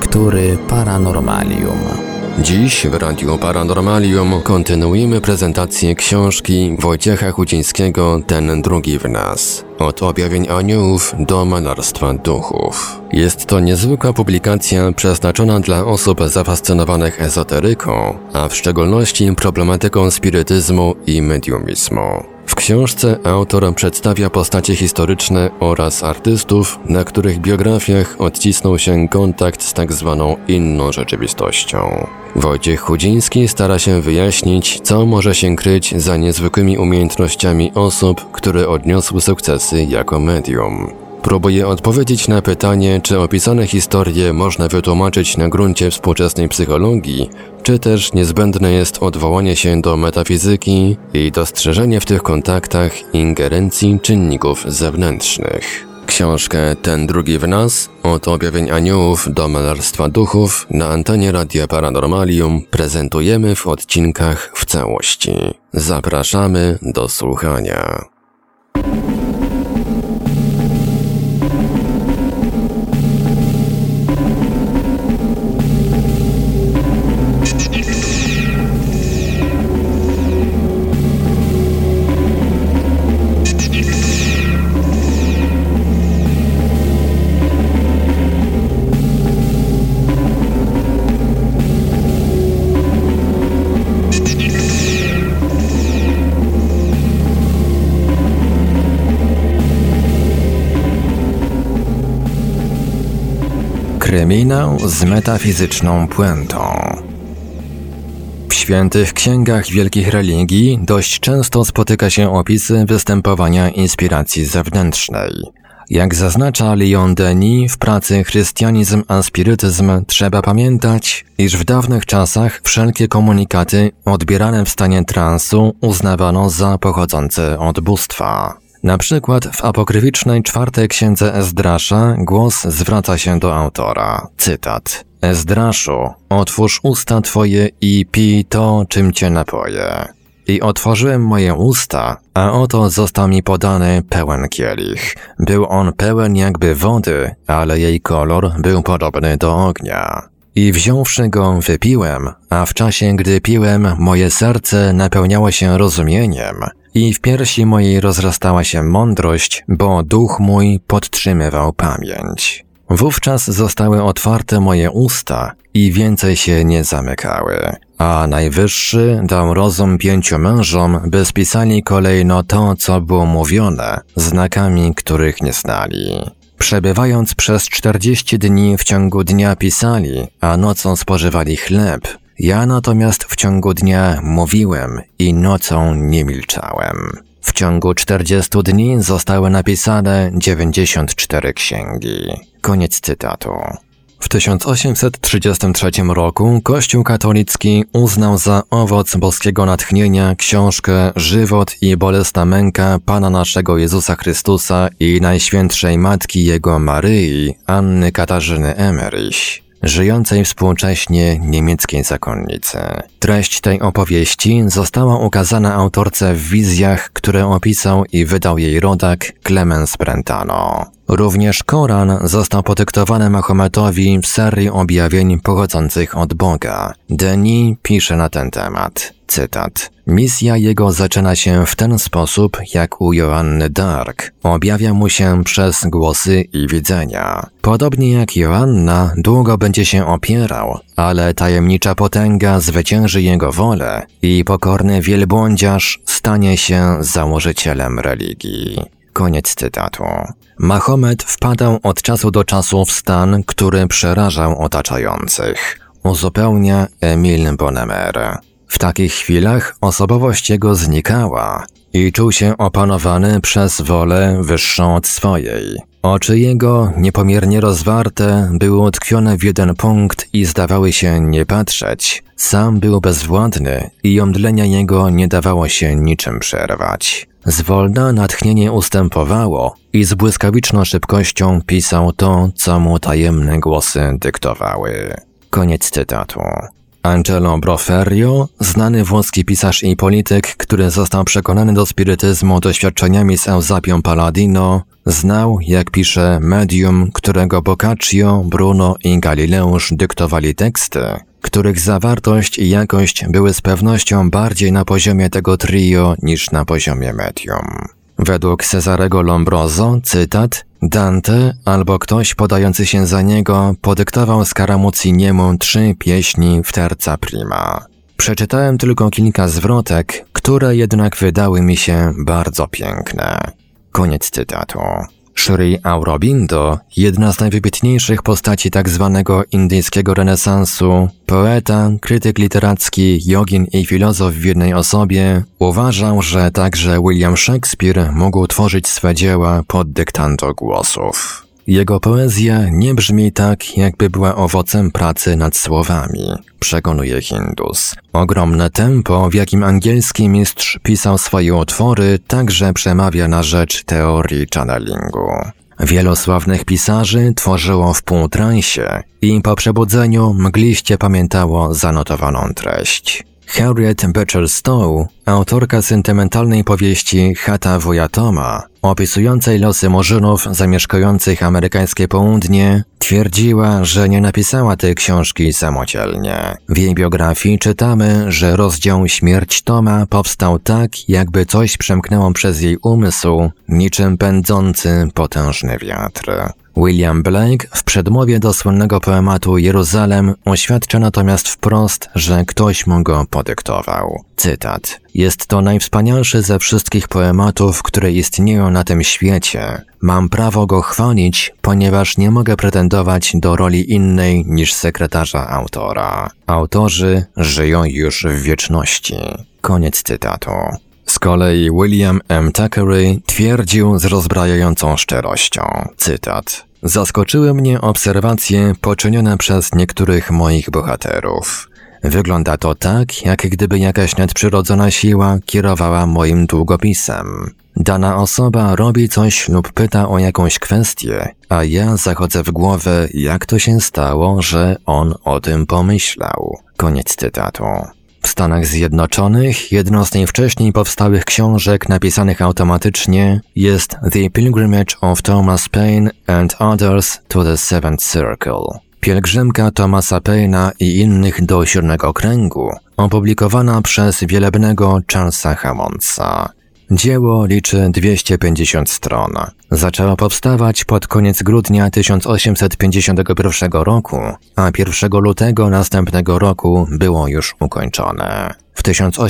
Lektury Paranormalium. Dziś w Radiu Paranormalium kontynuujemy prezentację książki Wojciecha Chudzińskiego Ten drugi w nas. Od objawień aniołów do malarstwa duchów. Jest to niezwykła publikacja przeznaczona dla osób zafascynowanych ezoteryką, a w szczególności problematyką spirytyzmu i mediumizmu. W książce autor przedstawia postacie historyczne oraz artystów, na których biografiach odcisnął się kontakt z tak zwaną inną rzeczywistością. Wojciech Chudziński stara się wyjaśnić, co może się kryć za niezwykłymi umiejętnościami osób, które odniosły sukcesy jako medium. Próbuje odpowiedzieć na pytanie, czy opisane historie można wytłumaczyć na gruncie współczesnej psychologii, czy też niezbędne jest odwołanie się do metafizyki i dostrzeżenie w tych kontaktach ingerencji czynników zewnętrznych. Książkę Ten drugi w nas, od objawień aniołów do malarstwa duchów na antenie Radia Paranormalium prezentujemy w odcinkach w całości. Zapraszamy do słuchania. Kryminał z metafizyczną puentą. W świętych księgach wielkich religii dość często spotyka się opisy występowania inspiracji zewnętrznej. Jak zaznacza Leon Denis w pracy Chrystianizm a spirytyzm, trzeba pamiętać, iż w dawnych czasach wszelkie komunikaty odbierane w stanie transu uznawano za pochodzące od bóstwa. Na przykład w apokryficznej czwartej księdze Ezdrasza głos zwraca się do autora. Cytat. Ezdraszu, otwórz usta twoje i pij to, czym cię napoję. I otworzyłem moje usta, a oto został mi podany pełen kielich. Był on pełen jakby wody, ale jej kolor był podobny do ognia. I wziąwszy go, wypiłem, a w czasie, gdy piłem, moje serce napełniało się rozumieniem i w piersi mojej rozrastała się mądrość, bo duch mój podtrzymywał pamięć. Wówczas zostały otwarte moje usta i więcej się nie zamykały, a Najwyższy dał rozum 5 mężom, by spisali kolejno to, co było mówione, znakami, których nie znali. Przebywając przez 40 dni w ciągu dnia pisali, a nocą spożywali chleb. Ja natomiast w ciągu dnia mówiłem i nocą nie milczałem. W ciągu 40 dni zostały napisane 94 księgi. Koniec cytatu. W 1833 roku Kościół katolicki uznał za owoc boskiego natchnienia książkę Żywot i bolesna męka Pana naszego Jezusa Chrystusa i Najświętszej Matki Jego Maryi, Anny Katarzyny Emmerich, żyjącej współcześnie niemieckiej zakonnicy. Treść tej opowieści została ukazana autorce w wizjach, które opisał i wydał jej rodak Clemens Brentano. Również Koran został podyktowany Mahometowi w serii objawień pochodzących od Boga. Denis pisze na ten temat. Cytat. Misja jego zaczyna się w ten sposób, jak u Joanny d'Arc. Objawia mu się przez głosy i widzenia. Podobnie jak Joanna, długo będzie się opierał, ale tajemnicza potęga zwycięży jego wolę i pokorny wielbłądziarz stanie się założycielem religii. Koniec cytatu. Mahomet wpadał od czasu do czasu w stan, który przerażał otaczających. Uzupełnia Emile Bonnemer. W takich chwilach osobowość jego znikała i czuł się opanowany przez wolę wyższą od swojej. Oczy jego, niepomiernie rozwarte, były utkwione w jeden punkt i zdawały się nie patrzeć. Sam był bezwładny i omdlenia jego nie dawało się niczym przerwać. Zwolna natchnienie ustępowało i z błyskawiczną szybkością pisał to, co mu tajemne głosy dyktowały. Koniec cytatu. Angelo Broferio, znany włoski pisarz i polityk, który został przekonany do spirytyzmu doświadczeniami z Eusapią Palladino, Znał, jak pisze medium, którego Boccaccio, Bruno i Galileusz dyktowali teksty, których zawartość i jakość były z pewnością bardziej na poziomie tego trio niż na poziomie medium. Według Cesarego Lombroso, cytat, Dante albo ktoś podający się za niego podyktował Scaramuzziniemu 3 pieśni w terza prima. Przeczytałem tylko kilka zwrotek, które jednak wydały mi się bardzo piękne. Koniec cytatu. Sri Aurobindo, jedna z najwybitniejszych postaci tzw. indyjskiego renesansu, poeta, krytyk literacki, jogin i filozof w jednej osobie, uważał, że także William Shakespeare mógł tworzyć swe dzieła pod dyktando głosów. Jego poezja nie brzmi tak, jakby była owocem pracy nad słowami, przekonuje Hindus. Ogromne tempo, w jakim angielski mistrz pisał swoje utwory, także przemawia na rzecz teorii channelingu. Wielu sławnych pisarzy tworzyło w półtransie i po przebudzeniu mgliście pamiętało zanotowaną treść. Harriet Beecher Stowe, autorka sentymentalnej powieści Chata wuja Toma, opisującej losy murzynów zamieszkujących amerykańskie południe, twierdziła, że nie napisała tej książki samodzielnie. W jej biografii czytamy, że rozdział Śmierć Toma powstał tak, jakby coś przemknęło przez jej umysł, niczym pędzący potężny wiatr. William Blake w przedmowie do słynnego poematu Jeruzalem oświadcza natomiast wprost, że ktoś mu go podyktował. Cytat. Jest to najwspanialszy ze wszystkich poematów, które istnieją na tym świecie. Mam prawo go chwalić, ponieważ nie mogę pretendować do roli innej niż sekretarza autora. Autorzy żyją już w wieczności. Koniec cytatu. Z kolei William M. Thackeray twierdził z rozbrajającą szczerością, cytat, zaskoczyły mnie obserwacje poczynione przez niektórych moich bohaterów. Wygląda to tak, jak gdyby jakaś nadprzyrodzona siła kierowała moim długopisem. Dana osoba robi coś lub pyta o jakąś kwestię, a ja zachodzę w głowę, jak to się stało, że on o tym pomyślał. Koniec cytatu. W Stanach Zjednoczonych jedną z najwcześniej powstałych książek napisanych automatycznie jest The Pilgrimage of Thomas Paine and Others to the Seventh Circle. Pielgrzymka Thomasa Paina i innych do 7. kręgu, opublikowana przez wielebnego Charlesa Hammondsa. Dzieło liczy 250 stron. Zaczęło powstawać pod koniec grudnia 1851 roku, a 1 lutego następnego roku było już ukończone. W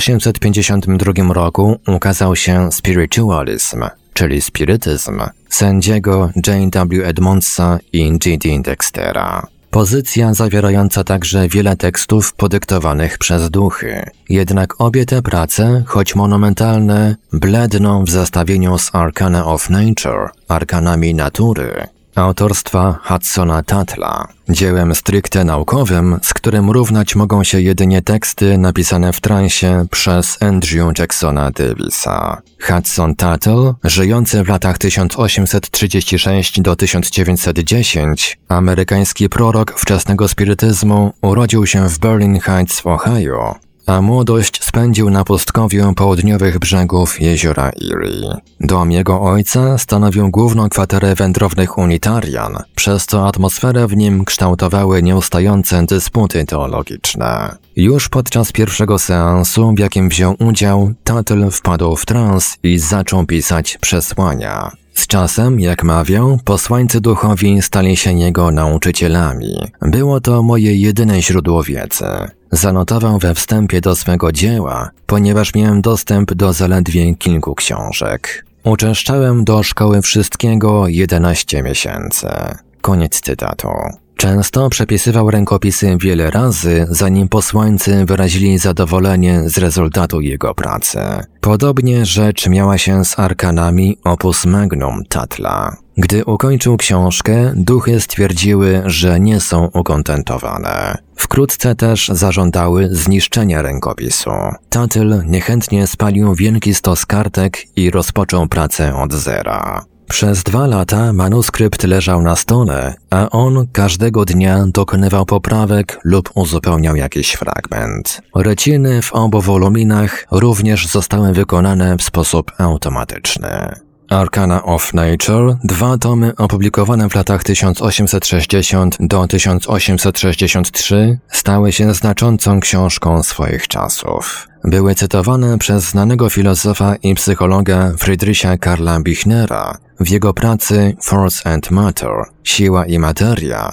1852 roku ukazał się Spiritualism, czyli spirytyzm, sędziego J.W. Edmondsa i G.D. Dextera. Pozycja zawierająca także wiele tekstów podyktowanych przez duchy. Jednak obie te prace, choć monumentalne, bledną w zestawieniu z Arcana of Nature, arkanami natury, autorstwa Hudsona Tuttla, dziełem stricte naukowym, z którym równać mogą się jedynie teksty napisane w transie przez Andrew Jacksona Davisa. Hudson Tuttle, żyjący w latach 1836 do 1910, amerykański prorok wczesnego spirytyzmu, urodził się w Berlin Heights w Ohio, a młodość spędził na pustkowiu południowych brzegów jeziora Erie. Dom jego ojca stanowił główną kwaterę wędrownych unitarian, przez co atmosferę w nim kształtowały nieustające dysputy teologiczne. Już podczas pierwszego seansu, w jakim wziął udział, Tuttle wpadł w trans i zaczął pisać przesłania. Z czasem, jak mawiał, posłańcy duchowi stali się jego nauczycielami. Było to moje jedyne źródło wiedzy. Zanotował we wstępie do swego dzieła, ponieważ miałem dostęp do zaledwie kilku książek. Uczęszczałem do szkoły wszystkiego 11 miesięcy. Koniec cytatu. Często przepisywał rękopisy wiele razy, zanim posłańcy wyrazili zadowolenie z rezultatu jego pracy. Podobnie rzecz miała się z arkanami opus magnum Tuttla. Gdy ukończył książkę, duchy stwierdziły, że nie są ukontentowane. Wkrótce też zażądały zniszczenia rękopisu. Tuttle niechętnie spalił wielki stos kartek i rozpoczął pracę od zera. Przez 2 lata manuskrypt leżał na stole, a on każdego dnia dokonywał poprawek lub uzupełniał jakiś fragment. Ryciny w obu woluminach również zostały wykonane w sposób automatyczny. Arcana of Nature, 2 tomy opublikowane w latach 1860 do 1863, stały się znaczącą książką swoich czasów. Były cytowane przez znanego filozofa i psychologa Friedricha Karla Bichnera w jego pracy Force and Matter – Siła i materia,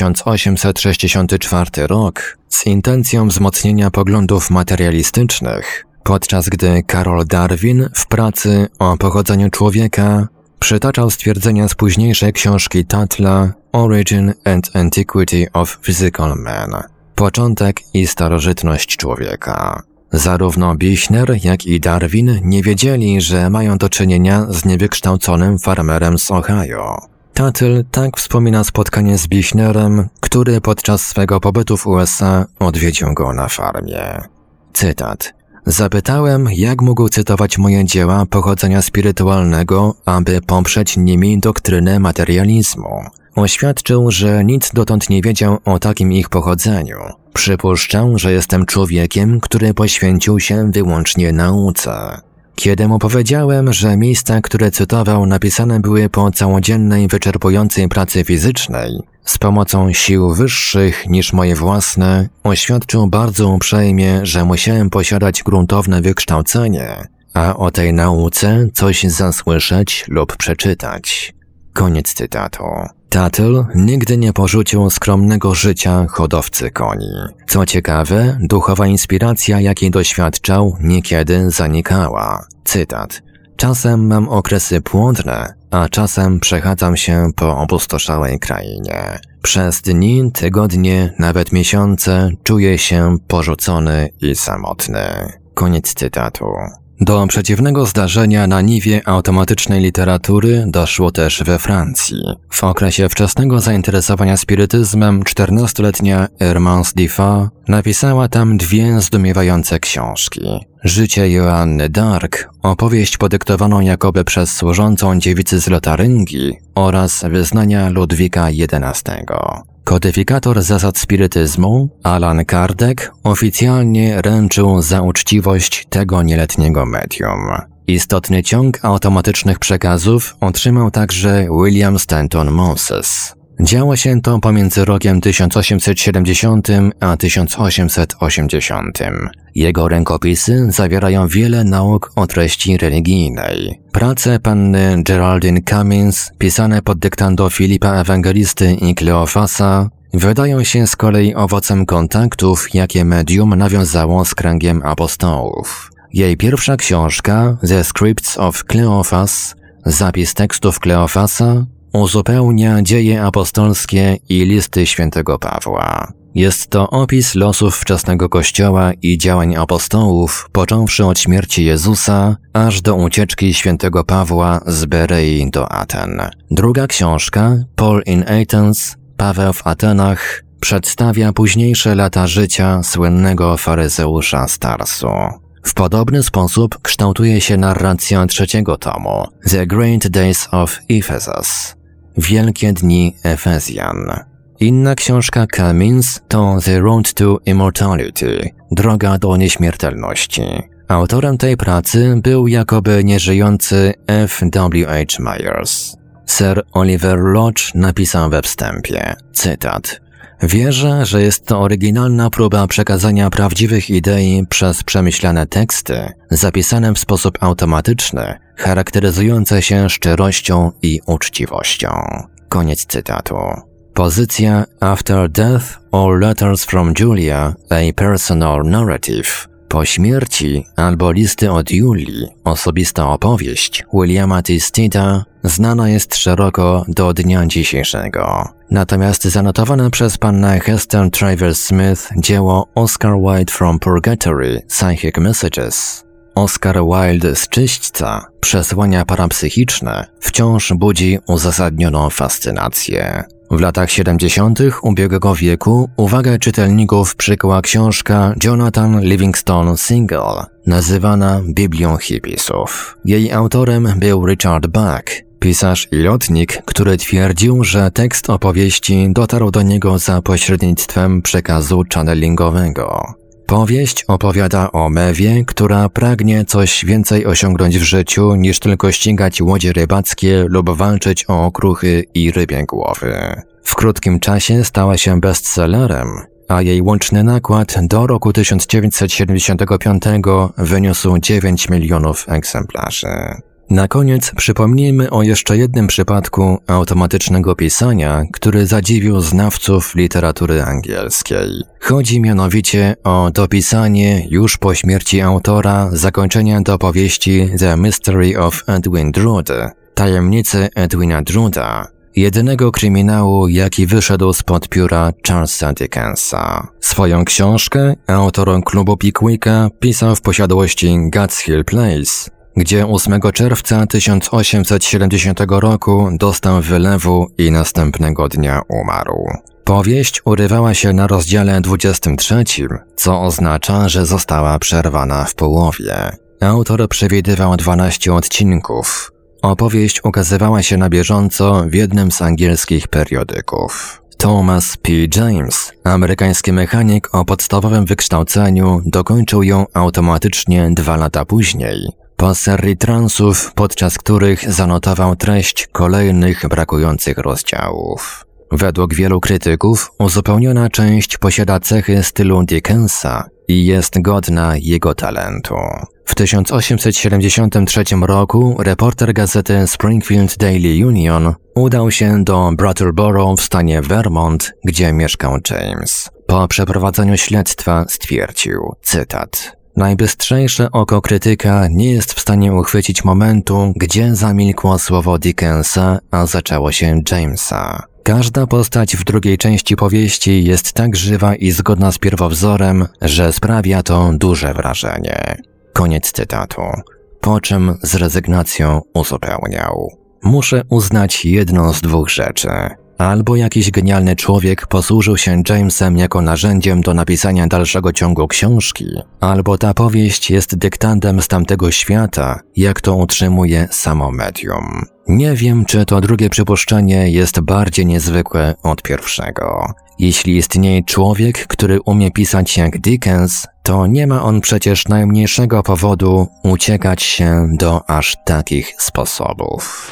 1864 rok, z intencją wzmocnienia poglądów materialistycznych, podczas gdy Carol Darwin w pracy o pochodzeniu człowieka przytaczał stwierdzenia z późniejszej książki Tuttla Origin and Antiquity of Physical Man – Początek i starożytność człowieka. Zarówno Bichner, jak i Darwin nie wiedzieli, że mają do czynienia z niewykształconym farmerem z Ohio. Tuttle tak wspomina spotkanie z Bichnerem, który podczas swego pobytu w USA odwiedził go na farmie. Cytat. Zapytałem, jak mógł cytować moje dzieła pochodzenia spirytualnego, aby poprzeć nimi doktrynę materializmu. Oświadczył, że nic dotąd nie wiedział o takim ich pochodzeniu. Przypuszczał, że jestem człowiekiem, który poświęcił się wyłącznie nauce. Kiedy mu powiedziałem, że miejsca, które cytował, napisane były po całodziennej, wyczerpującej pracy fizycznej, z pomocą sił wyższych niż moje własne, oświadczył bardzo uprzejmie, że musiałem posiadać gruntowne wykształcenie, a o tej nauce coś zasłyszeć lub przeczytać. Koniec cytatu. Tuttle nigdy nie porzucił skromnego życia hodowcy koni. Co ciekawe, duchowa inspiracja, jakiej doświadczał, niekiedy zanikała. Cytat. Czasem mam okresy płodne, a czasem przechadzam się po opustoszałej krainie. Przez dni, tygodnie, nawet miesiące czuję się porzucony i samotny. Koniec cytatu. Do przeciwnego zdarzenia na niwie automatycznej literatury doszło też we Francji. W okresie wczesnego zainteresowania spirytyzmem 14-letnia Hermance Diffa napisała tam 2 zdumiewające książki. Życie Joanny d'Arc, opowieść podyktowaną jakoby przez służącą dziewicy z Lotaryngii oraz wyznania Ludwika XI. Kodyfikator zasad spirytyzmu, Allan Kardec, oficjalnie ręczył za uczciwość tego nieletniego medium. Istotny ciąg automatycznych przekazów otrzymał także William Stanton Moses. Działo się to pomiędzy rokiem 1870 a 1880. Jego rękopisy zawierają wiele nauk o treści religijnej. Prace panny Geraldine Cummins, pisane pod dyktando Filipa Ewangelisty i Kleofasa, wydają się z kolei owocem kontaktów, jakie medium nawiązało z kręgiem apostołów. Jej pierwsza książka, The Scripts of Cleophas, zapis tekstów Kleofasa, uzupełnia dzieje apostolskie i listy świętego Pawła. Jest to opis losów wczesnego Kościoła i działań apostołów, począwszy od śmierci Jezusa, aż do ucieczki świętego Pawła z Berei do Aten. Druga książka, Paul in Athens, Paweł w Atenach, przedstawia późniejsze lata życia słynnego faryzeusza z Tarsu. W podobny sposób kształtuje się narracja trzeciego tomu, The Great Days of Ephesus, Wielkie dni Efezjan. Inna książka Cummins to The Road to Immortality, Droga do nieśmiertelności. Autorem tej pracy był jakoby nieżyjący F.W.H. Myers. Sir Oliver Lodge napisał we wstępie, cytat: Wierzę, że jest to oryginalna próba przekazania prawdziwych idei przez przemyślane teksty, zapisane w sposób automatyczny, charakteryzujące się szczerością i uczciwością. Koniec cytatu. Pozycja After Death or Letters from Julia, a Personal Narrative. Po śmierci albo listy od Julii, osobista opowieść Williama T. Steada, znana jest szeroko do dnia dzisiejszego. Natomiast zanotowane przez pannę Hester Travers Smith dzieło Oscar Wilde from Purgatory, Psychic Messages, Oscar Wilde z Czyśćca, Przesłania parapsychiczne, wciąż budzi uzasadnioną fascynację. W latach 70. ubiegłego wieku uwagę czytelników przykuła książka Jonathan Livingston Single, nazywana Biblią hipisów. Jej autorem był Richard Bach, pisarz i lotnik, który twierdził, że tekst opowieści dotarł do niego za pośrednictwem przekazu channelingowego. Powieść opowiada o Mewie, która pragnie coś więcej osiągnąć w życiu niż tylko ścigać łodzie rybackie lub walczyć o okruchy i rybie głowy. W krótkim czasie stała się bestsellerem, a jej łączny nakład do roku 1975 wyniósł 9 milionów egzemplarzy. Na koniec przypomnijmy o jeszcze jednym przypadku automatycznego pisania, który zadziwił znawców literatury angielskiej. Chodzi mianowicie o dopisanie już po śmierci autora zakończenia do powieści The Mystery of Edwin Drood, Tajemnice Edwina Drooda, jedynego kryminału, jaki wyszedł spod pióra Charlesa Dickensa. Swoją książkę autor klubu Pickwicka pisał w posiadłości Gads Hill Place, gdzie 8 czerwca 1870 roku dostał wylewu i następnego dnia umarł. Powieść urywała się na rozdziale 23, co oznacza, że została przerwana w połowie. Autor przewidywał 12 odcinków. Opowieść ukazywała się na bieżąco w jednym z angielskich periodyków. Thomas P. James, amerykański mechanik o podstawowym wykształceniu, dokończył ją automatycznie 2 lata później, po serii transów, podczas których zanotował treść kolejnych brakujących rozdziałów. Według wielu krytyków uzupełniona część posiada cechy stylu Dickensa i jest godna jego talentu. W 1873 roku reporter gazety Springfield Daily Union udał się do Brattleboro w stanie Vermont, gdzie mieszkał James. Po przeprowadzeniu śledztwa stwierdził, cytat: najbystrzejsze oko krytyka nie jest w stanie uchwycić momentu, gdzie zamilkło słowo Dickensa, a zaczęło się Jamesa. Każda postać w drugiej części powieści jest tak żywa i zgodna z pierwowzorem, że sprawia to duże wrażenie. Koniec cytatu. Po czym z rezygnacją uzupełniał: muszę uznać jedną z 2 rzeczy. Albo jakiś genialny człowiek posłużył się Jamesem jako narzędziem do napisania dalszego ciągu książki, albo ta powieść jest dyktantem z tamtego świata, jak to utrzymuje samo medium. Nie wiem, czy to drugie przypuszczenie jest bardziej niezwykłe od pierwszego. Jeśli istnieje człowiek, który umie pisać jak Dickens, to nie ma on przecież najmniejszego powodu uciekać się do aż takich sposobów.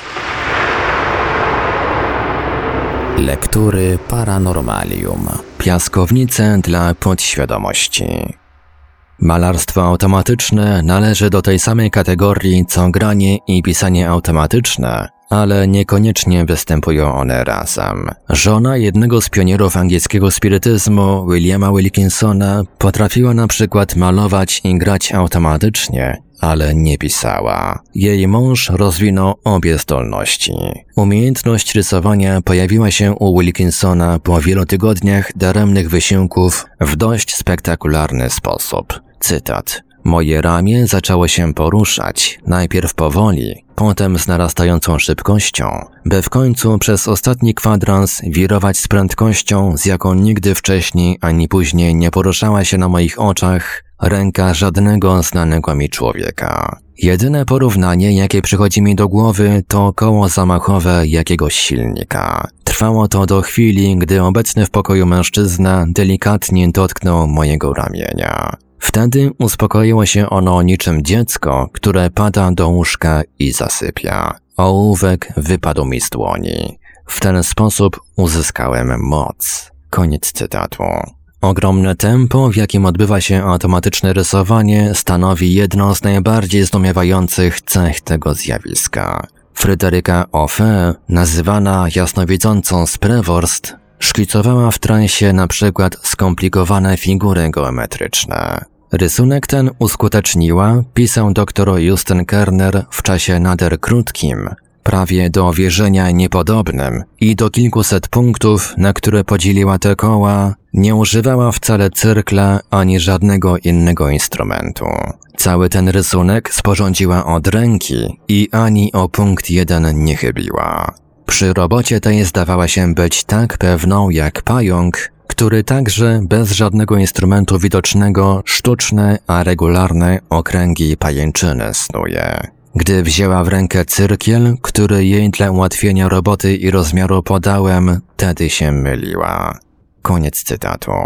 Lektury Paranormalium. Piaskownice dla podświadomości. Malarstwo automatyczne należy do tej samej kategorii co granie i pisanie automatyczne, ale niekoniecznie występują one razem. Żona jednego z pionierów angielskiego spirytyzmu, Williama Wilkinsona, potrafiła na przykład malować i grać automatycznie, ale nie pisała. Jej mąż rozwinął obie zdolności. Umiejętność rysowania pojawiła się u Wilkinsona po wielu tygodniach daremnych wysiłków w dość spektakularny sposób. Cytat: moje ramię zaczęło się poruszać, najpierw powoli, potem z narastającą szybkością, by w końcu przez ostatni kwadrans wirować z prędkością, z jaką nigdy wcześniej ani później nie poruszała się na moich oczach ręka żadnego znanego mi człowieka. Jedyne porównanie, jakie przychodzi mi do głowy, to koło zamachowe jakiegoś silnika. Trwało to do chwili, gdy obecny w pokoju mężczyzna delikatnie dotknął mojego ramienia. Wtedy uspokoiło się ono niczym dziecko, które pada do łóżka i zasypia. Ołówek wypadł mi z dłoni. W ten sposób uzyskałem moc. Koniec cytatu. Ogromne tempo, w jakim odbywa się automatyczne rysowanie, stanowi jedną z najbardziej zdumiewających cech tego zjawiska. Fryderyka Offe, nazywana jasnowidzącą Sprevorst, szkicowała w transie na przykład skomplikowane figury geometryczne. Rysunek ten uskuteczniła, pisał dr Justin Kerner, w czasie nader krótkim, prawie do wierzenia niepodobnym i do kilkuset punktów, na które podzieliła te koła, nie używała wcale cyrkla ani żadnego innego instrumentu. Cały ten rysunek sporządziła od ręki i ani o punkt 1 nie chybiła. Przy robocie tej zdawała się być tak pewną jak pająk, który także bez żadnego instrumentu widocznego sztuczne, a regularne okręgi pajęczyny snuje. Gdy wzięła w rękę cyrkiel, który jej dla ułatwienia roboty i rozmiaru podałem, wtedy się myliła. Koniec cytatu.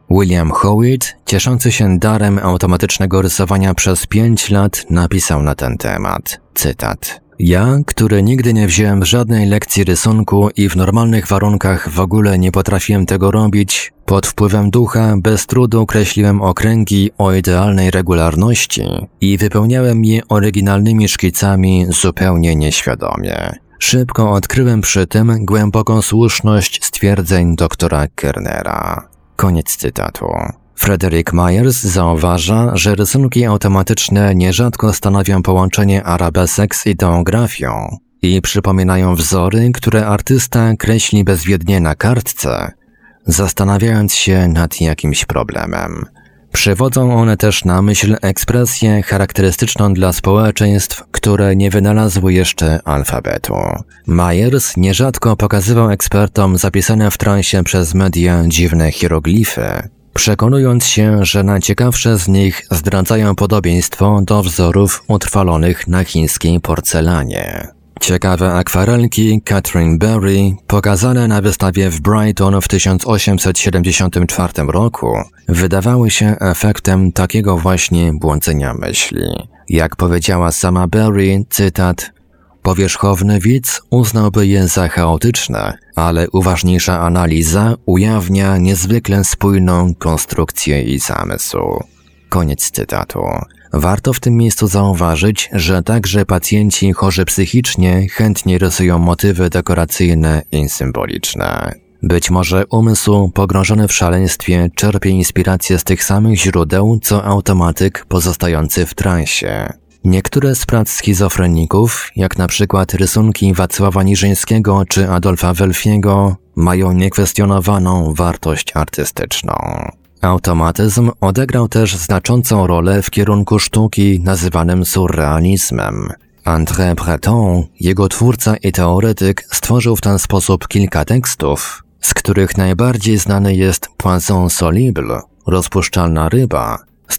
William Howitt, cieszący się darem automatycznego rysowania przez 5 lat, napisał na ten temat, cytat: Ja, który nigdy nie wziąłem żadnej lekcji rysunku i w normalnych warunkach w ogóle nie potrafiłem tego robić, pod wpływem ducha bez trudu kreśliłem okręgi o idealnej regularności i wypełniałem je oryginalnymi szkicami zupełnie nieświadomie. Szybko odkryłem przy tym głęboką słuszność stwierdzeń doktora Kernera. Koniec cytatu. Frederick Myers zauważa, że rysunki automatyczne nierzadko stanowią połączenie arabesek z ideografią i przypominają wzory, które artysta kreśli bezwiednie na kartce, zastanawiając się nad jakimś problemem. Przywodzą one też na myśl ekspresję charakterystyczną dla społeczeństw, które nie wynalazły jeszcze alfabetu. Myers nierzadko pokazywał ekspertom zapisane w transie przez media dziwne hieroglify, przekonując się, że najciekawsze z nich zdradzają podobieństwo do wzorów utrwalonych na chińskiej porcelanie. Ciekawe akwarelki Catherine Berry, pokazane na wystawie w Brighton w 1874 roku, wydawały się efektem takiego właśnie błądzenia myśli. Jak powiedziała sama Berry, cytat: powierzchowny widz uznałby je za chaotyczne, ale uważniejsza analiza ujawnia niezwykle spójną konstrukcję i zamysł. Koniec cytatu. Warto w tym miejscu zauważyć, że także pacjenci chorzy psychicznie chętnie rysują motywy dekoracyjne i symboliczne. Być może umysł pogrążony w szaleństwie czerpie inspirację z tych samych źródeł, co automatyk pozostający w transie. Niektóre z prac schizofreników, jak na przykład rysunki Wacława Niżyńskiego czy Adolfa Welfiego, mają niekwestionowaną wartość artystyczną. Automatyzm odegrał też znaczącą rolę w kierunku sztuki nazywanym surrealizmem. André Breton, jego twórca i teoretyk, stworzył w ten sposób kilka tekstów, z których najbardziej znany jest Poisson soluble, rozpuszczalna ryba, z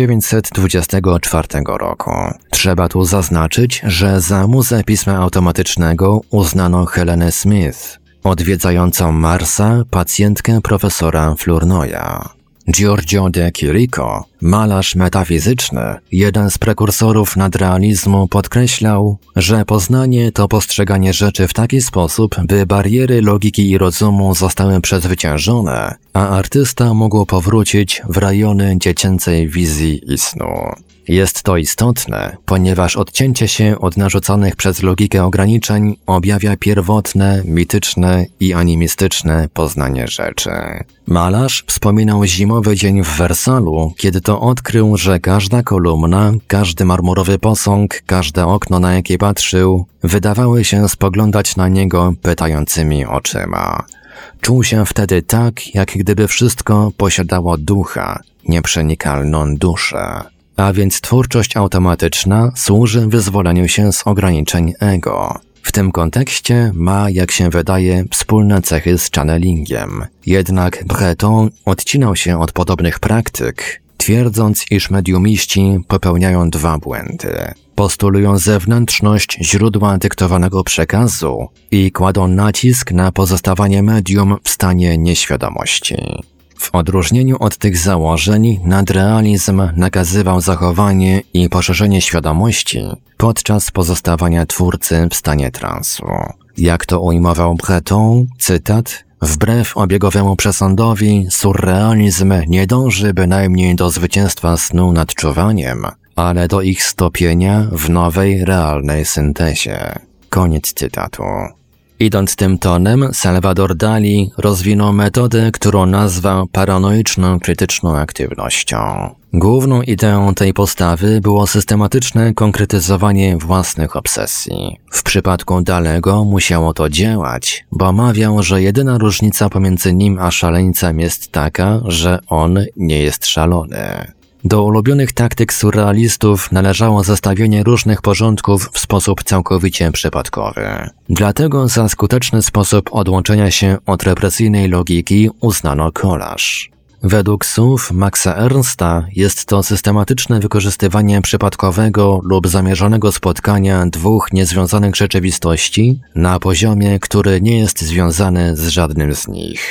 1924 roku. Trzeba tu zaznaczyć, że za muzę pisma automatycznego uznano Helenę Smith, odwiedzającą Marsa pacjentkę profesora Flournoya. Giorgio de Chirico, malarz metafizyczny, jeden z prekursorów nadrealizmu, podkreślał, że poznanie to postrzeganie rzeczy w taki sposób, by bariery logiki i rozumu zostały przezwyciężone, a artysta mógł powrócić w rejony dziecięcej wizji i snu. Jest to istotne, ponieważ odcięcie się od narzuconych przez logikę ograniczeń objawia pierwotne, mityczne i animistyczne poznanie rzeczy. Malarz wspominał zimowy dzień w Wersalu, kiedy to odkrył, że każda kolumna, każdy marmurowy posąg, każde okno, na jakie patrzył, wydawały się spoglądać na niego pytającymi oczyma. Czuł się wtedy tak, jak gdyby wszystko posiadało ducha, nieprzenikalną duszę. A więc twórczość automatyczna służy wyzwoleniu się z ograniczeń ego. W tym kontekście ma, jak się wydaje, wspólne cechy z channelingiem. Jednak Breton odcinał się od podobnych praktyk, twierdząc, iż mediumiści popełniają dwa błędy. Postulują zewnętrzność źródła dyktowanego przekazu i kładą nacisk na pozostawanie medium w stanie nieświadomości. W odróżnieniu od tych założeń, nadrealizm nakazywał zachowanie i poszerzenie świadomości podczas pozostawania twórcy w stanie transu. Jak to ujmował Breton, cytat: wbrew obiegowemu przesądowi, surrealizm nie dąży bynajmniej do zwycięstwa snu nad czuwaniem, ale do ich stopienia w nowej, realnej syntezie. Koniec cytatu. Idąc tym tonem, Salvador Dali rozwinął metodę, którą nazwał paranoiczną krytyczną aktywnością. Główną ideą tej postawy było systematyczne konkretyzowanie własnych obsesji. W przypadku Dalego musiało to działać, bo mawiał, że jedyna różnica pomiędzy nim a szaleńcem jest taka, że on nie jest szalony. Do ulubionych taktyk surrealistów należało zestawienie różnych porządków w sposób całkowicie przypadkowy. Dlatego za skuteczny sposób odłączenia się od represyjnej logiki uznano kolaż. Według słów Maxa Ernsta jest to systematyczne wykorzystywanie przypadkowego lub zamierzonego spotkania dwóch niezwiązanych rzeczywistości na poziomie, który nie jest związany z żadnym z nich.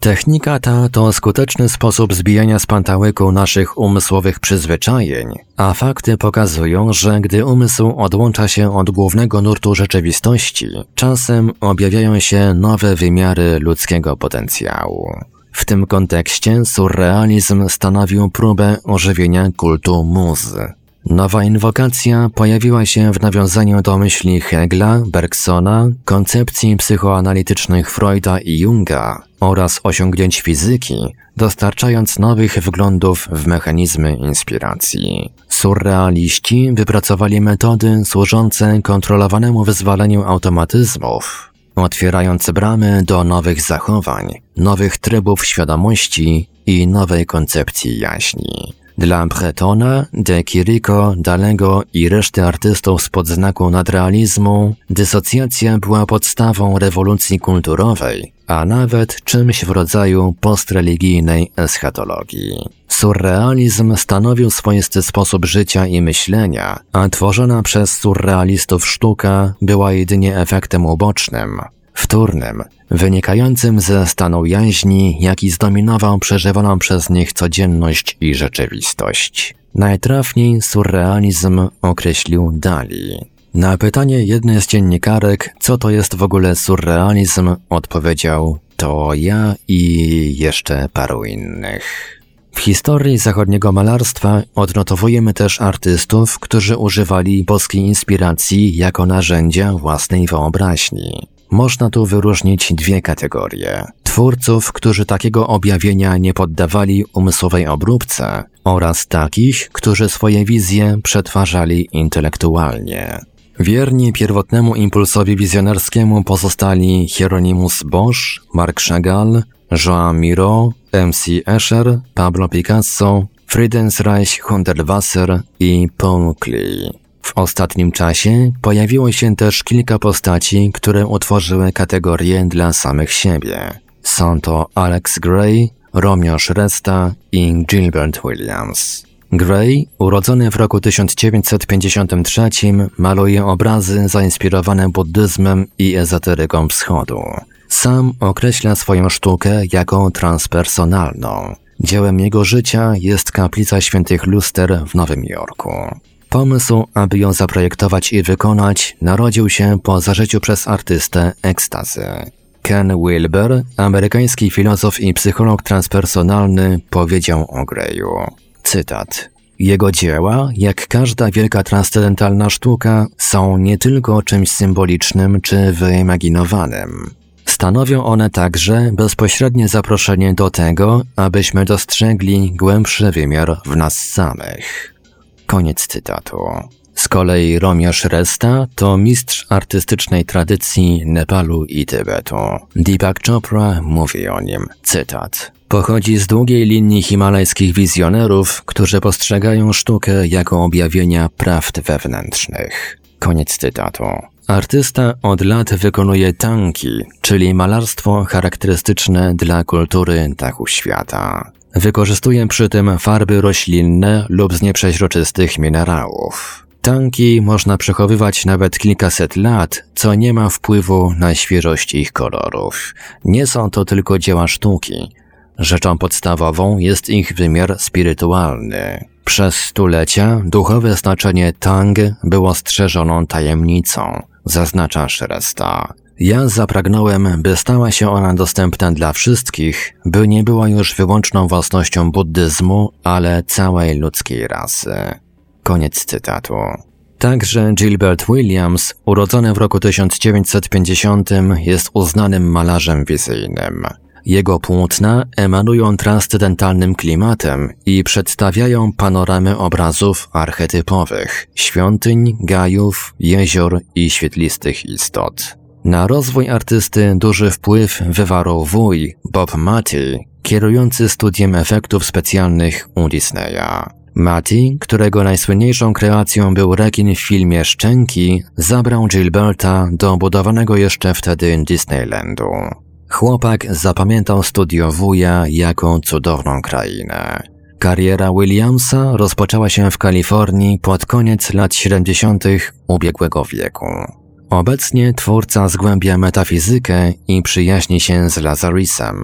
Technika ta to skuteczny sposób zbijania z pantałyku naszych umysłowych przyzwyczajeń, a fakty pokazują, że gdy umysł odłącza się od głównego nurtu rzeczywistości, czasem objawiają się nowe wymiary ludzkiego potencjału. W tym kontekście surrealizm stanowił próbę ożywienia kultu muzy. Nowa inwokacja pojawiła się w nawiązaniu do myśli Hegla, Bergsona, koncepcji psychoanalitycznych Freuda i Junga oraz osiągnięć fizyki, dostarczając nowych wglądów w mechanizmy inspiracji. Surrealiści wypracowali metody służące kontrolowanemu wyzwaleniu automatyzmów, otwierając bramy do nowych zachowań, nowych trybów świadomości i nowej koncepcji jaźni. Dla Bretona, de Chirico, Dalego i reszty artystów spod znaku nadrealizmu dysocjacja była podstawą rewolucji kulturowej, a nawet czymś w rodzaju postreligijnej eschatologii. Surrealizm stanowił swoisty sposób życia i myślenia, a tworzona przez surrealistów sztuka była jedynie efektem ubocznym, wtórnym, wynikającym ze stanu jaźni, jaki zdominował przeżywaną przez nich codzienność i rzeczywistość. Najtrafniej surrealizm określił Dali. Na pytanie jednej z dziennikarek, co to jest w ogóle surrealizm, odpowiedział: to ja i jeszcze paru innych. W historii zachodniego malarstwa odnotowujemy też artystów, którzy używali boskiej inspiracji jako narzędzia własnej wyobraźni. Można tu wyróżnić dwie kategorie. Twórców, którzy takiego objawienia nie poddawali umysłowej obróbce, oraz takich, którzy swoje wizje przetwarzali intelektualnie. Wierni pierwotnemu impulsowi wizjonerskiemu pozostali Hieronymus Bosch, Marc Chagall, Joan Miró, M.C. Escher, Pablo Picasso, Friedensreich Hundertwasser i Paul Klee. W ostatnim czasie pojawiło się też kilka postaci, które utworzyły kategorie dla samych siebie. Są to Alex Gray, Romeo Shrestha i Gilbert Williams. Gray, urodzony w roku 1953, maluje obrazy zainspirowane buddyzmem i ezoteryką wschodu. Sam określa swoją sztukę jako transpersonalną. Dziełem jego życia jest kaplica Świętych Luster w Nowym Jorku. Pomysł, aby ją zaprojektować i wykonać, narodził się po zażyciu przez artystę ekstazy. Ken Wilber, amerykański filozof i psycholog transpersonalny, powiedział o Grayu. Cytat. Jego dzieła, jak każda wielka transcendentalna sztuka, są nie tylko czymś symbolicznym czy wyimaginowanym. Stanowią one także bezpośrednie zaproszenie do tego, abyśmy dostrzegli głębszy wymiar w nas samych. Koniec cytatu. Z kolei Romeo Shrestha to mistrz artystycznej tradycji Nepalu i Tybetu. Deepak Chopra mówi o nim, cytat. Pochodzi z długiej linii himalajskich wizjonerów, którzy postrzegają sztukę jako objawienia prawd wewnętrznych. Koniec cytatu. Artysta od lat wykonuje tanki, czyli malarstwo charakterystyczne dla kultury dachu świata. Wykorzystuje przy tym farby roślinne lub z nieprzeźroczystych minerałów. Tanki można przechowywać nawet kilkaset lat, co nie ma wpływu na świeżość ich kolorów. Nie są to tylko dzieła sztuki. Rzeczą podstawową jest ich wymiar spirytualny. Przez stulecia duchowe znaczenie tang było strzeżoną tajemnicą, zaznacza Shrestha. Ja zapragnąłem, by stała się ona dostępna dla wszystkich, by nie była już wyłączną własnością buddyzmu, ale całej ludzkiej rasy. Koniec cytatu. Także Gilbert Williams, urodzony w roku 1950, jest uznanym malarzem wizyjnym. Jego płótna emanują transcendentalnym klimatem i przedstawiają panoramy obrazów archetypowych, świątyń, gajów, jezior i świetlistych istot. Na rozwój artysty duży wpływ wywarł wuj Bob Matty, kierujący studiem efektów specjalnych u Disneya. Matty, którego najsłynniejszą kreacją był rekin w filmie Szczęki, zabrał Gilberta do budowanego jeszcze wtedy Disneylandu. Chłopak zapamiętał studio wuja jako cudowną krainę. Kariera Williamsa rozpoczęła się w Kalifornii pod koniec lat 70. ubiegłego wieku. Obecnie twórca zgłębia metafizykę i przyjaźni się z Lazarisem.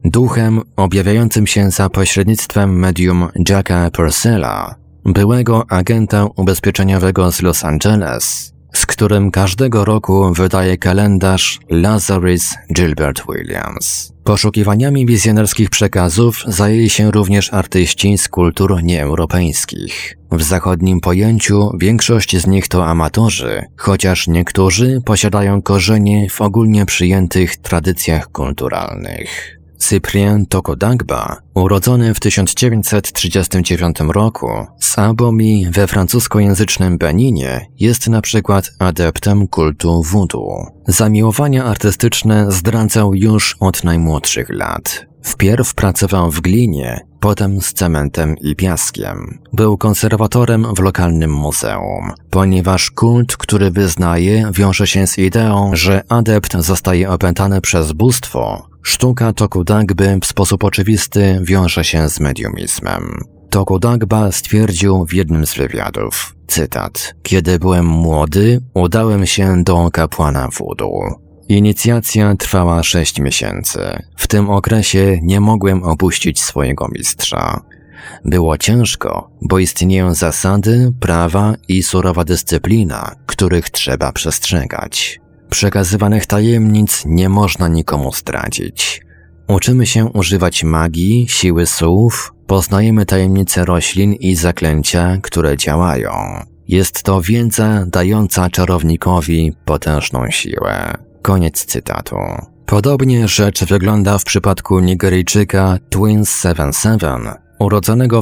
duchem objawiającym się za pośrednictwem medium Jacka Purcella, byłego agenta ubezpieczeniowego z Los Angeles, z którym każdego roku wydaje kalendarz Lazarus Gilbert Williams. Poszukiwaniami wizjonerskich przekazów zajęli się również artyści z kultur nieeuropejskich. W zachodnim pojęciu większość z nich to amatorzy, chociaż niektórzy posiadają korzenie w ogólnie przyjętych tradycjach kulturalnych. Cyprien Tokodagba, urodzony w 1939 roku z Abomi we francuskojęzycznym Beninie, jest na przykład adeptem kultu voodoo. Zamiłowania artystyczne zdradzał już od najmłodszych lat. Wpierw pracował w glinie, potem z cementem i piaskiem. Był konserwatorem w lokalnym muzeum, ponieważ kult, który wyznaje, wiąże się z ideą, że adept zostaje opętany przez bóstwo. Sztuka Tokudagby w sposób oczywisty wiąże się z mediumizmem. Tokudagba stwierdził w jednym z wywiadów, cytat: „Kiedy byłem młody, udałem się do kapłana voodoo. Inicjacja trwała 6 miesięcy. W tym okresie nie mogłem opuścić swojego mistrza. Było ciężko, bo istnieją zasady, prawa i surowa dyscyplina, których trzeba przestrzegać. Przekazywanych tajemnic nie można nikomu zdradzić. Uczymy się używać magii, siły słów, poznajemy tajemnice roślin i zaklęcia, które działają. Jest to wiedza dająca czarownikowi potężną siłę”. Koniec cytatu. Podobnie rzecz wygląda w przypadku Nigeryjczyka Twins 77, urodzonego w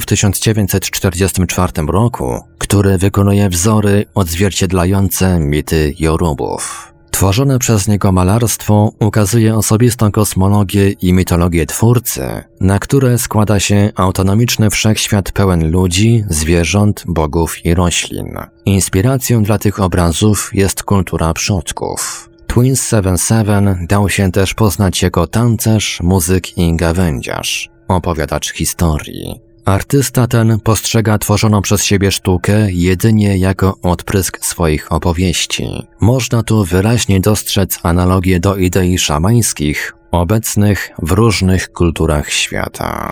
1944 roku, który wykonuje wzory odzwierciedlające mity Jorubów. Tworzone przez niego malarstwo ukazuje osobistą kosmologię i mitologię twórcy, na które składa się autonomiczny wszechświat pełen ludzi, zwierząt, bogów i roślin. Inspiracją dla tych obrazów jest kultura przodków. Twins 77 dał się też poznać jako tancerz, muzyk i gawędziarz, opowiadacz historii. Artysta ten postrzega tworzoną przez siebie sztukę jedynie jako odprysk swoich opowieści. Można tu wyraźnie dostrzec analogie do idei szamańskich, obecnych w różnych kulturach świata.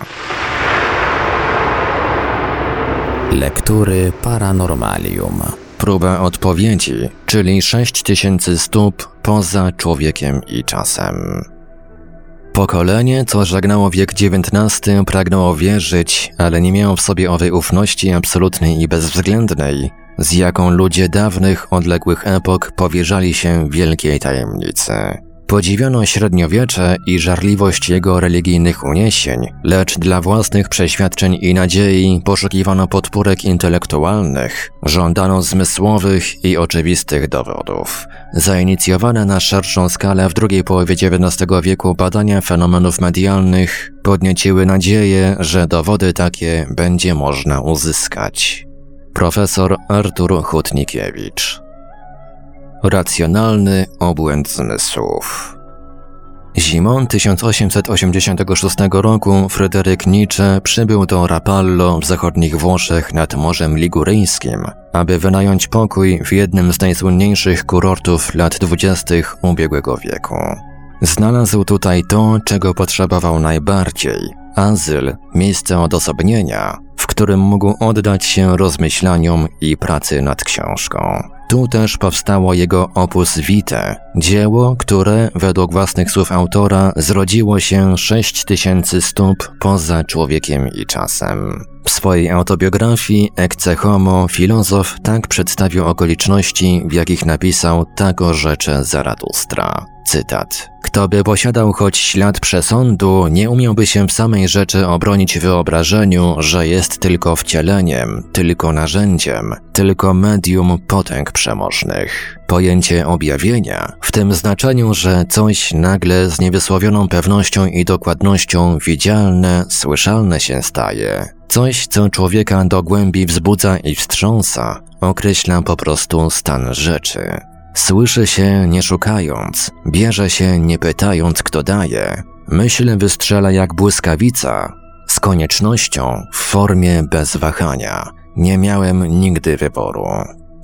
Lektury Paranormalium. Próba odpowiedzi, czyli 6000 stóp poza człowiekiem i czasem. Pokolenie, co żegnało wiek XIX, pragnęło wierzyć, ale nie miało w sobie owej ufności absolutnej i bezwzględnej, z jaką ludzie dawnych, odległych epok powierzali się wielkiej tajemnicy. Podziwiano średniowiecze i żarliwość jego religijnych uniesień, lecz dla własnych przeświadczeń i nadziei poszukiwano podpórek intelektualnych, żądano zmysłowych i oczywistych dowodów. Zainicjowane na szerszą skalę w drugiej połowie XIX wieku badania fenomenów medialnych podnieciły nadzieję, że dowody takie będzie można uzyskać. Profesor Artur Hutnikiewicz. Racjonalny obłęd zmysłów. Zimą 1886 roku Fryderyk Nietzsche przybył do Rapallo w zachodnich Włoszech nad Morzem Liguryjskim, aby wynająć pokój w jednym z najsłynniejszych kurortów lat 20. ubiegłego wieku. Znalazł tutaj to, czego potrzebował najbardziej – azyl, miejsce odosobnienia, w którym mógł oddać się rozmyślaniom i pracy nad książką. Tu też powstało jego opus vitae, dzieło, które, według własnych słów autora, zrodziło się 6000 stóp poza człowiekiem i czasem. W swojej autobiografii Ecce Homo filozof tak przedstawił okoliczności, w jakich napisał tak o rzeczy Zaratustra. Cytat. Kto by posiadał choć ślad przesądu, nie umiałby się w samej rzeczy obronić wyobrażeniu, że jest tylko wcieleniem, tylko narzędziem, tylko medium potęg przemożnych. Pojęcie objawienia, w tym znaczeniu, że coś nagle z niewysłowioną pewnością i dokładnością widzialne, słyszalne się staje, coś, co człowieka do głębi wzbudza i wstrząsa, określa po prostu stan rzeczy. Słyszy się nie szukając, bierze się nie pytając, kto daje. Myśl wystrzela jak błyskawica, z koniecznością, w formie bez wahania. Nie miałem nigdy wyboru.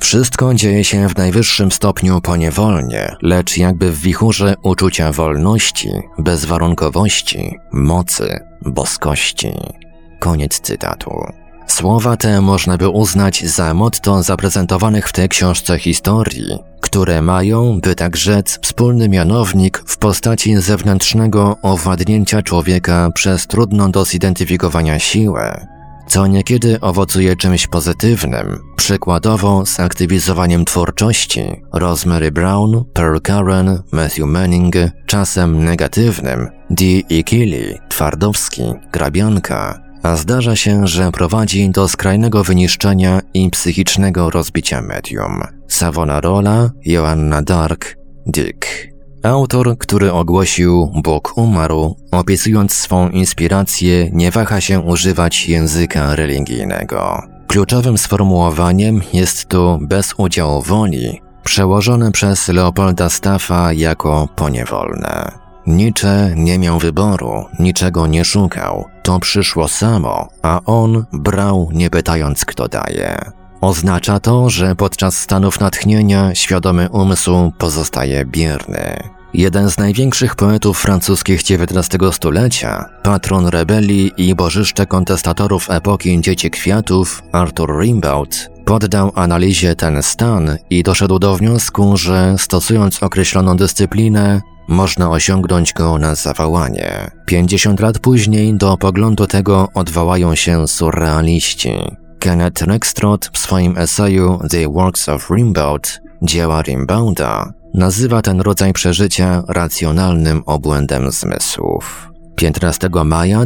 Wszystko dzieje się w najwyższym stopniu poniewolnie, lecz jakby w wichurze uczucia wolności, bezwarunkowości, mocy, boskości. Koniec cytatu. Słowa te można by uznać za motto zaprezentowanych w tej książce historii, które mają, by tak rzec, wspólny mianownik w postaci zewnętrznego owładnięcia człowieka przez trudną do zidentyfikowania siłę, co niekiedy owocuje czymś pozytywnym, przykładowo zaktywizowaniem twórczości Rosemary Brown, Pearl Karen, Matthew Manning, czasem negatywnym Dee e. Keeley, twardowski, grabianka, a zdarza się, że prowadzi do skrajnego wyniszczenia i psychicznego rozbicia medium. Savonarola, Joanna Dark, Dick. Autor, który ogłosił Bóg umarł, opisując swą inspirację, nie waha się używać języka religijnego. Kluczowym sformułowaniem jest tu bez udziału woli, przełożone przez Leopolda Staffa jako poniewolne. Nietzsche nie miał wyboru, niczego nie szukał, to przyszło samo, a on brał nie pytając kto daje. Oznacza to, że podczas stanów natchnienia świadomy umysł pozostaje bierny. Jeden z największych poetów francuskich XIX stulecia, patron rebelii i bożyszcze kontestatorów epoki Dzieci Kwiatów, Arthur Rimbaud, poddał analizie ten stan i doszedł do wniosku, że stosując określoną dyscyplinę, można osiągnąć go na zawołanie. 50 lat później do poglądu tego odwołają się surrealiści. Kenneth Rexroth w swoim eseju The Works of Rimbaud, dzieła Rimbauda, nazywa ten rodzaj przeżycia racjonalnym obłędem zmysłów. 15 maja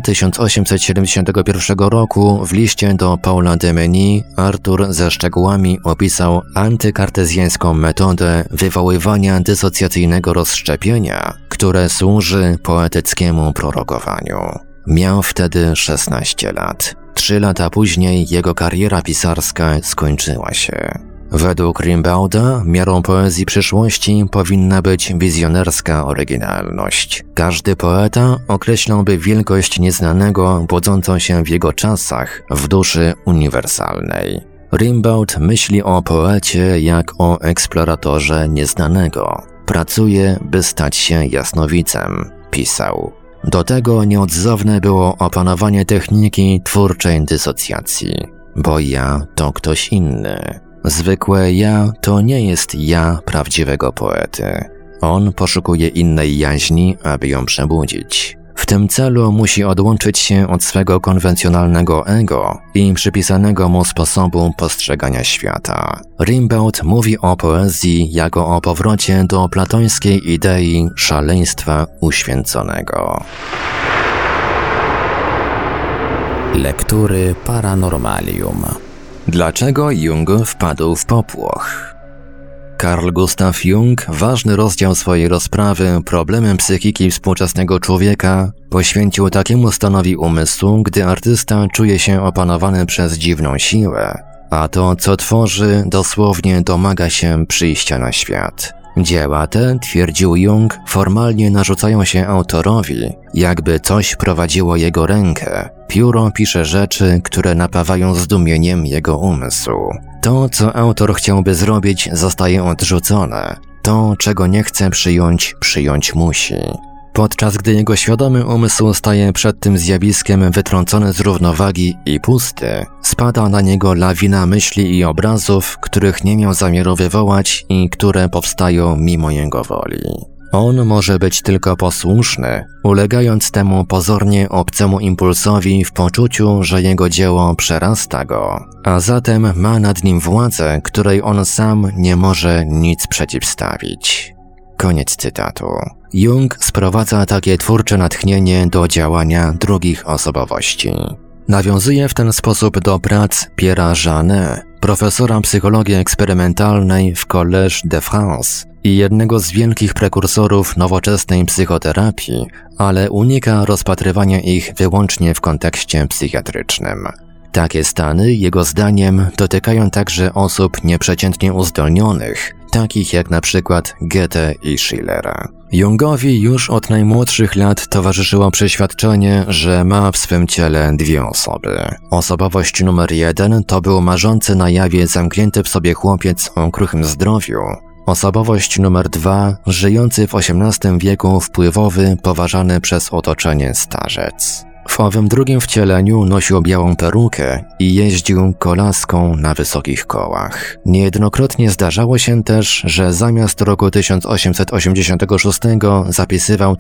1871 roku w liście do Paula Demeny Arthur ze szczegółami opisał antykartezjańską metodę wywoływania dysocjacyjnego rozszczepienia, które służy poetyckiemu prorokowaniu. Miał wtedy 16 lat. 3 lata później jego kariera pisarska skończyła się. Według Rimbauda miarą poezji przyszłości powinna być wizjonerska oryginalność. Każdy poeta określałby wielkość nieznanego budzącą się w jego czasach w duszy uniwersalnej. Rimbaud myśli o poecie jak o eksploratorze nieznanego. Pracuje, by stać się jasnowidzem, pisał. Do tego nieodzowne było opanowanie techniki twórczej dysocjacji, bo ja to ktoś inny. Zwykłe ja to nie jest ja prawdziwego poety. On poszukuje innej jaźni, aby ją przebudzić. W tym celu musi odłączyć się od swego konwencjonalnego ego i przypisanego mu sposobu postrzegania świata. Rimbaud mówi o poezji jako o powrocie do platońskiej idei szaleństwa uświęconego. Lektury Paranormalium. Dlaczego Jung wpadł w popłoch? Carl Gustav Jung ważny rozdział swojej rozprawy Problemem psychiki współczesnego człowieka poświęcił takiemu stanowi umysłu, gdy artysta czuje się opanowany przez dziwną siłę, a to, co tworzy, dosłownie domaga się przyjścia na świat. Dzieła te, twierdził Jung, formalnie narzucają się autorowi, jakby coś prowadziło jego rękę. Pióro pisze rzeczy, które napawają zdumieniem jego umysł. To, co autor chciałby zrobić, zostaje odrzucone. To, czego nie chce przyjąć musi. Podczas gdy jego świadomy umysł staje przed tym zjawiskiem wytrącony z równowagi i pusty, spada na niego lawina myśli i obrazów, których nie miał zamiaru wywołać i które powstają mimo jego woli. On może być tylko posłuszny, ulegając temu pozornie obcemu impulsowi w poczuciu, że jego dzieło przerasta go, a zatem ma nad nim władzę, której on sam nie może nic przeciwstawić. Koniec cytatu. Jung sprowadza takie twórcze natchnienie do działania drugich osobowości. Nawiązuje w ten sposób do prac Pierre'a Janet, profesora psychologii eksperymentalnej w Collège de France i jednego z wielkich prekursorów nowoczesnej psychoterapii, ale unika rozpatrywania ich wyłącznie w kontekście psychiatrycznym. Takie stany, jego zdaniem, dotykają także osób nieprzeciętnie uzdolnionych takich jak na przykład Goethe i Schillera. Jungowi już od najmłodszych lat towarzyszyło przeświadczenie, że ma w swym ciele dwie osoby. Osobowość numer 1 to był marzący na jawie zamknięty w sobie chłopiec o kruchym zdrowiu. Osobowość numer 2, żyjący w XVIII wieku wpływowy, poważany przez otoczenie starzec. W owym drugim wcieleniu nosił białą perukę i jeździł kolaską na wysokich kołach. Niejednokrotnie zdarzało się też, że zamiast roku 1886 zapisywał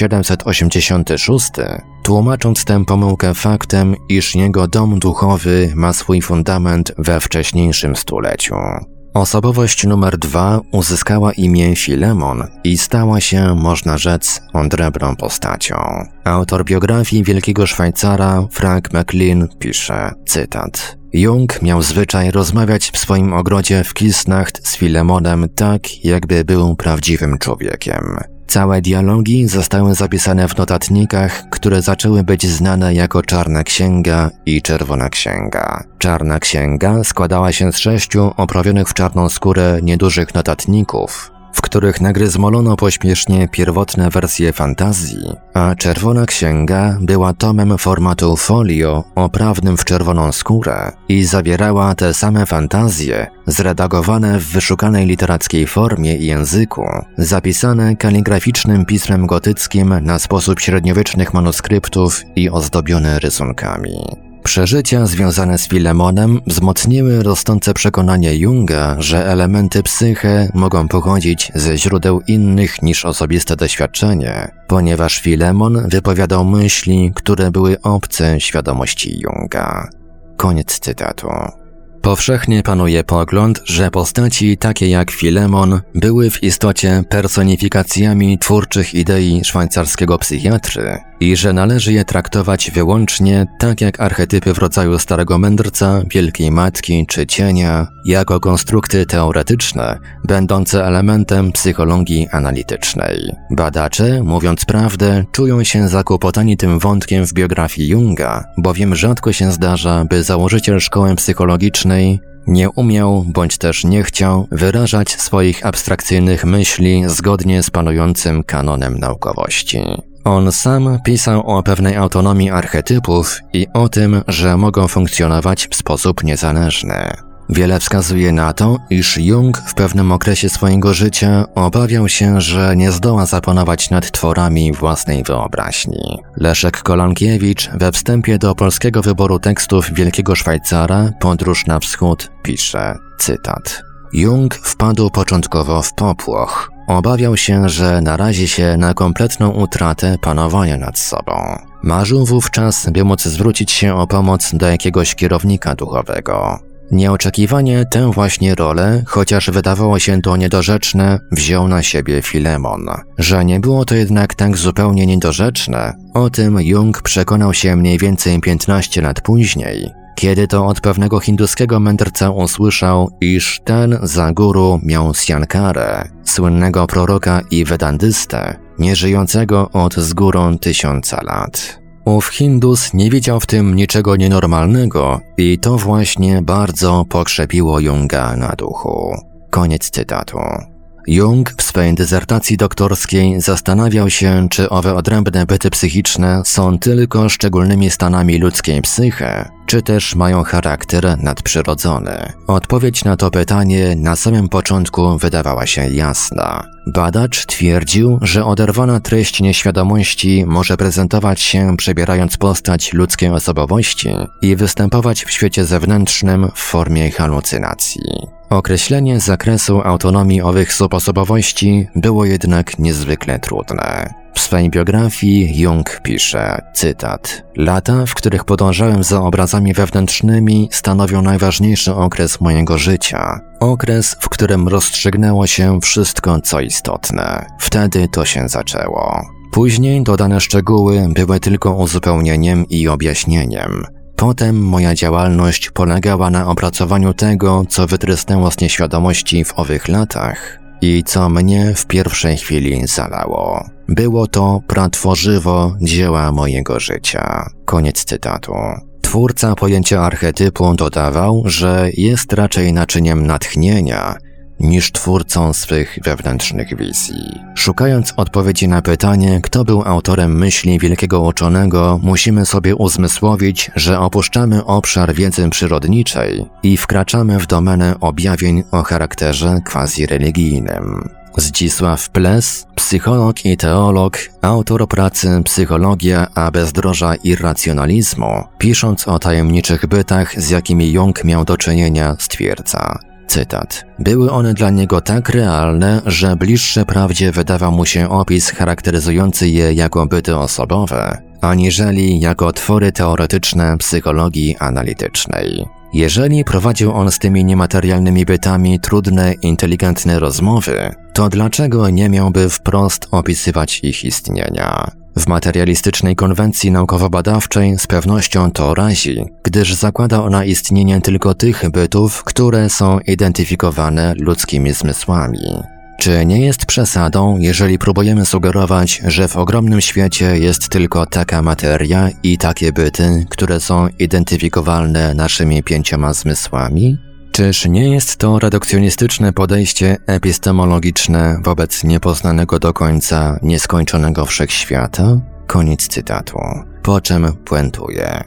1786, tłumacząc tę pomyłkę faktem, iż jego dom duchowy ma swój fundament we wcześniejszym stuleciu. Osobowość numer 2 uzyskała imię Filemon i stała się, można rzec, odrębną postacią. Autor biografii wielkiego Szwajcara Frank McLean pisze, cytat: Jung miał zwyczaj rozmawiać w swoim ogrodzie w Kisnacht z Filemonem tak, jakby był prawdziwym człowiekiem. Całe dialogi zostały zapisane w notatnikach, które zaczęły być znane jako Czarna Księga i Czerwona Księga. Czarna Księga składała się z 6 oprawionych w czarną skórę niedużych notatników, w których nagryzmolono pośpiesznie pierwotne wersje fantazji, a Czerwona Księga była tomem formatu folio oprawnym w czerwoną skórę i zawierała te same fantazje, zredagowane w wyszukanej literackiej formie i języku, zapisane kaligraficznym pismem gotyckim na sposób średniowiecznych manuskryptów i ozdobione rysunkami. Przeżycia związane z Filemonem wzmocniły rosnące przekonanie Junga, że elementy psyche mogą pochodzić ze źródeł innych niż osobiste doświadczenie, ponieważ Filemon wypowiadał myśli, które były obce świadomości Junga. Koniec cytatu. Powszechnie panuje pogląd, że postaci takie jak Filemon były w istocie personifikacjami twórczych idei szwajcarskiego psychiatry i że należy je traktować wyłącznie tak jak archetypy w rodzaju Starego Mędrca, Wielkiej Matki czy Cienia, jako konstrukty teoretyczne, będące elementem psychologii analitycznej. Badacze, mówiąc prawdę, czują się zakłopotani tym wątkiem w biografii Junga, bowiem rzadko się zdarza, by założyciel szkoły psychologicznej nie umiał bądź też nie chciał wyrażać swoich abstrakcyjnych myśli zgodnie z panującym kanonem naukowości. On sam pisał o pewnej autonomii archetypów i o tym, że mogą funkcjonować w sposób niezależny. Wiele wskazuje na to, iż Jung w pewnym okresie swojego życia obawiał się, że nie zdoła zapanować nad tworami własnej wyobraźni. Leszek Kolankiewicz we wstępie do polskiego wyboru tekstów Wielkiego Szwajcara Podróż na wschód pisze, cytat: Jung wpadł początkowo w popłoch. Obawiał się, że narazi się na kompletną utratę panowania nad sobą. Marzył wówczas, by móc zwrócić się o pomoc do jakiegoś kierownika duchowego. Nieoczekiwanie tę właśnie rolę, chociaż wydawało się to niedorzeczne, wziął na siebie Filemon. Że nie było to jednak tak zupełnie niedorzeczne, o tym Jung przekonał się mniej więcej 15 lat później, kiedy to od pewnego hinduskiego mędrca usłyszał, iż ten za guru miał Sjankarę, słynnego proroka i wedantystę, nieżyjącego od z górą 1000 lat. Ów Hindus nie widział w tym niczego nienormalnego i to właśnie bardzo pokrzepiło Junga na duchu. Koniec cytatu. Jung w swej dyssertacji doktorskiej zastanawiał się, czy owe odrębne byty psychiczne są tylko szczególnymi stanami ludzkiej psychy, czy też mają charakter nadprzyrodzony. Odpowiedź na to pytanie na samym początku wydawała się jasna. Badacz twierdził, że oderwana treść nieświadomości może prezentować się przebierając postać ludzkiej osobowości i występować w świecie zewnętrznym w formie halucynacji. Określenie zakresu autonomii owych subosobowości było jednak niezwykle trudne. W swej biografii Jung pisze, cytat: Lata, w których podążałem za obrazami wewnętrznymi, stanowią najważniejszy okres mojego życia. Okres, w którym rozstrzygnęło się wszystko, co istotne. Wtedy to się zaczęło. Później dodane szczegóły były tylko uzupełnieniem i objaśnieniem. Potem moja działalność polegała na opracowaniu tego, co wytrysnęło z nieświadomości w owych latach i co mnie w pierwszej chwili zalało. Było to pratworzywo dzieła mojego życia. Koniec cytatu. Twórca pojęcia archetypu dodawał, że jest raczej naczyniem natchnienia, niż twórcą swych wewnętrznych wizji. Szukając odpowiedzi na pytanie, kto był autorem myśli wielkiego uczonego, musimy sobie uzmysłowić, że opuszczamy obszar wiedzy przyrodniczej i wkraczamy w domenę objawień o charakterze quasi-religijnym. Zdzisław Ples, psycholog i teolog, autor pracy Psychologia a bezdroża irracjonalizmu, pisząc o tajemniczych bytach, z jakimi Jung miał do czynienia, stwierdza, cytat: były one dla niego tak realne, że bliższy prawdzie wydawał mu się opis charakteryzujący je jako byty osobowe, aniżeli jako twory teoretyczne psychologii analitycznej. Jeżeli prowadził on z tymi niematerialnymi bytami trudne, inteligentne rozmowy, to dlaczego nie miałby wprost opisywać ich istnienia? W materialistycznej konwencji naukowo-badawczej z pewnością to razi, gdyż zakłada ona istnienie tylko tych bytów, które są identyfikowane ludzkimi zmysłami. Czy nie jest przesadą, jeżeli próbujemy sugerować, że w ogromnym świecie jest tylko taka materia i takie byty, które są identyfikowalne naszymi 5 zmysłami? Czyż nie jest to redukcjonistyczne podejście epistemologiczne wobec niepoznanego do końca, nieskończonego wszechświata? Koniec cytatu. Po czym puentuje.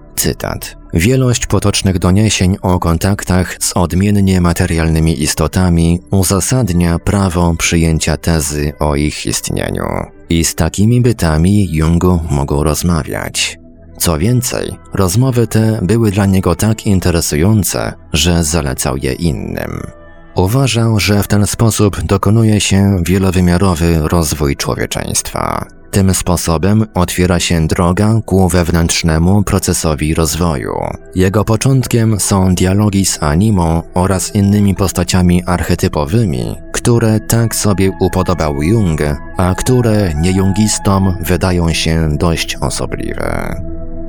Cytat. Wielość potocznych doniesień o kontaktach z odmiennie materialnymi istotami uzasadnia prawo przyjęcia tezy o ich istnieniu. I z takimi bytami Jungu mógł rozmawiać. Co więcej, rozmowy te były dla niego tak interesujące, że zalecał je innym. Uważał, że w ten sposób dokonuje się wielowymiarowy rozwój człowieczeństwa. Tym sposobem otwiera się droga ku wewnętrznemu procesowi rozwoju. Jego początkiem są dialogi z animą oraz innymi postaciami archetypowymi, które tak sobie upodobał Jung, a które niejungistom wydają się dość osobliwe.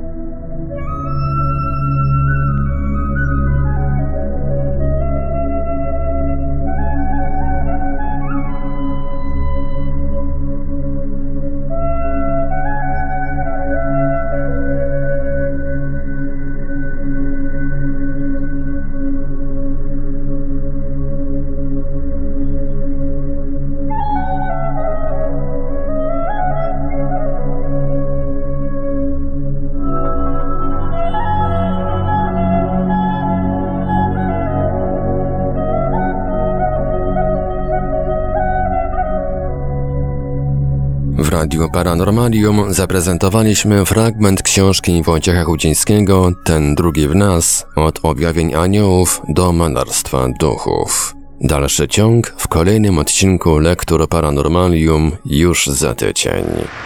W Radiu Paranormalium zaprezentowaliśmy fragment książki Wojciecha Chudzińskiego Ten drugi w nas, od objawień aniołów do malarstwa duchów. Dalszy ciąg w kolejnym odcinku Lektur Paranormalium już za tydzień.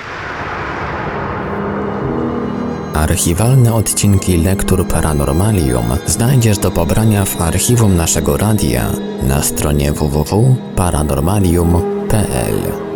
Archiwalne odcinki Lektur Paranormalium znajdziesz do pobrania w archiwum naszego radia na stronie www.paranormalium.pl.